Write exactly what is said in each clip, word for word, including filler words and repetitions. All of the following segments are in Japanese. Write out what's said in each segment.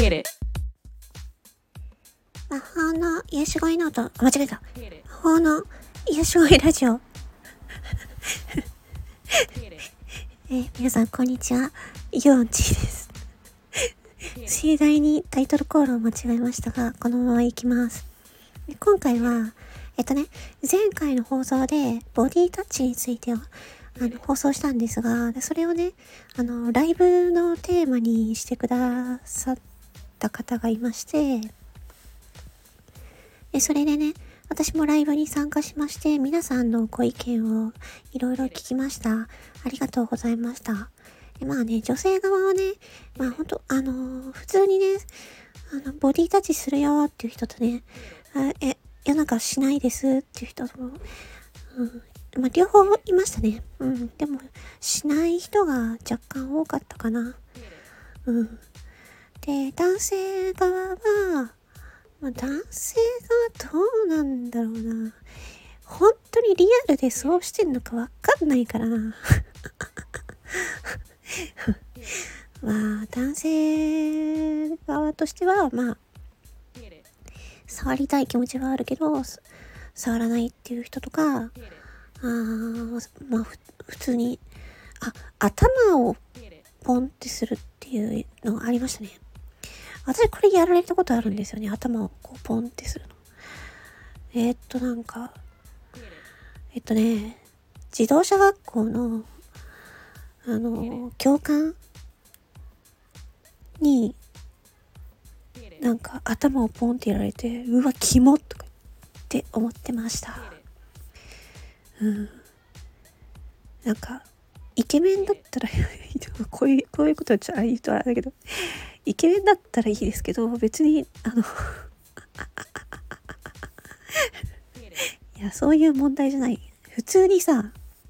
魔法の癒し声ノート、間違えた。魔法の癒し声ラジオ。えー、皆さんこんにちは。ユオンチーです。盛大にタイトルコールを間違えましたが、このまま行きます。今回は、えっとね、前回の放送でボディタッチについてあの放送したんですが、それをね、あの、ライブのテーマにしてくださった方がいまして、でそれでね、私もライブに参加しまして、皆さんのご意見をいろいろ聞きました。ありがとうございました。でまあね、女性側はね、まあほんと、あのー、普通にね、あの、ボディタッチするよっていう人とね、あえ、いやなんかしないですっていう人とも、うん、まあ両方いましたね。うん、でも、しない人が若干多かったかな。うん。で、男性側は、まあ、男性がどうなんだろうな。本当にリアルでそうしてんのかわかんないからな。まあ、男性側としては、まあ、触りたい気持ちはあるけど、触らないっていう人とか、あまあ、普通に、あ、頭をポンってするっていうのがありましたね。私これやられたことあるんですよね。頭をこうポンってするの。えー、っとなんか、えっとね、自動車学校の、あの、教官に、なんか頭をポンってやられて、うわ、キモとかって思ってました。うん。なんか、イケメンだったら、こういう、こういうことはちょっとああいう人はあれだけど、イケメンだったらいいですけど、別に、あの、いや、そういう問題じゃない。普通にさ、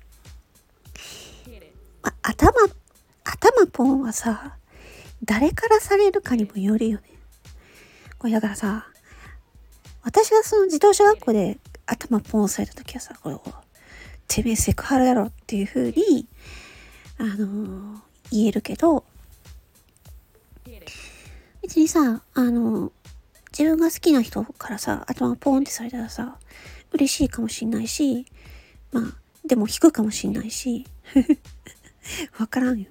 ま、頭、頭ポンはさ、誰からされるかにもよるよね。これだからさ、私がその自動車学校で頭ポンされた時はさ、これを、てめえセクハラやろっていう風に、あのー、言えるけど、別にさ、あのー、自分が好きな人からさ、頭ポンってされたらさ、嬉しいかもしんないし、まあ、でも引くかもしんないし、わからんよ。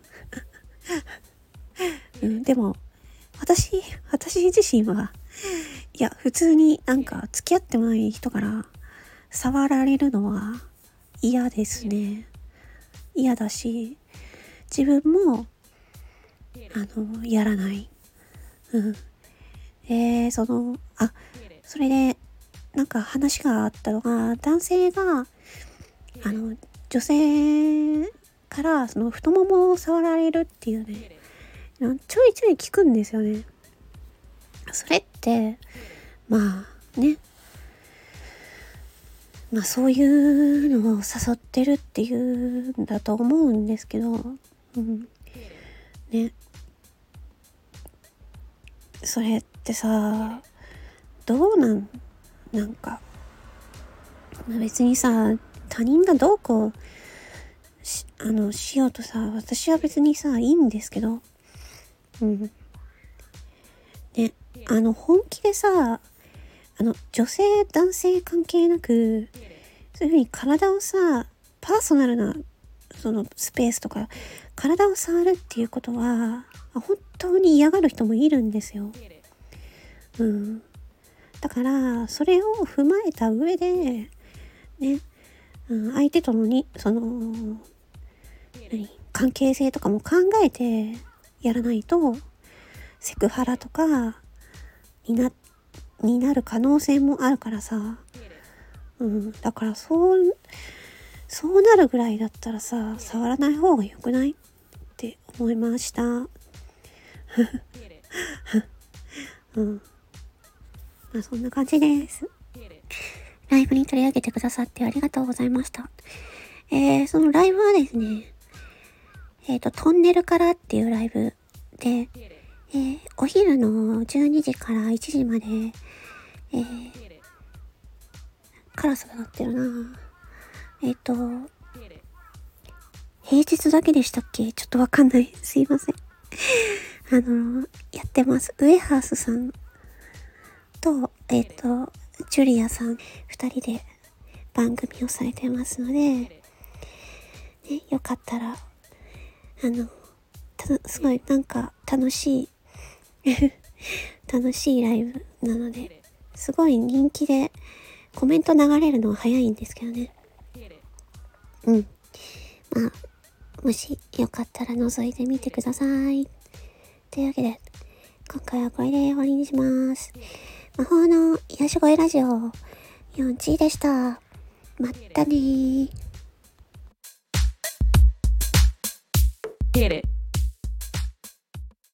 うん、でも、私、私自身は、いや、普通になんか付き合ってもない人から触られるのは嫌ですね。嫌だし、自分も、あの、やらない。うん。えー、その、あ、それで、なんか話があったのが、男性が、あの、女性からその太ももを触られるっていうね、ちょいちょい聞くんですよね。それって、まあね、まあそういうのを誘ってるっていうんだと思うんですけど、うん、ね。それってさ、どうなん、なんか、別にさ、他人がどうこうし、あの、しようとさ、私は別にさ、いいんですけど、うん。ね、あの、本気でさ、あの、女性、男性関係なく、そういう風に体をさ、パーソナルな、そのスペースとか、体を触るっていうことは、本当に嫌がる人もいるんですよ。うん。だから、それを踏まえた上で、ね、うん、相手とのに、その、何、関係性とかも考えてやらないと、セクハラとかにな、になる可能性もあるからさ、うん、だからそう、そうなるぐらいだったらさ、触らない方が良くないって思いました。うん。まあそんな感じです。ライブに取り上げてくださってありがとうございました。えー、そのライブはですね、えっと、トンネルからっていうライブで、えー、お昼のじゅうにじからいちじまで、えー、カラスが鳴ってるな。えっと、平日だけでしたっけ？ちょっとわかんない。すいません。 あの、やってます。ウエハースさんと、えっと、ジュリアさん、二人で番組をされてますので、ね、よかったら、あの、たすごいなんか楽しい、楽しいライブなので、すごい人気で、コメント流れるのは早いんですけどね。うん。まあ、もしよかったら覗いてみてください。というわけで、今回はこれで終わりにします。魔法の癒し声ラジオ、ヨンチーでした。まったねー。 Hit it.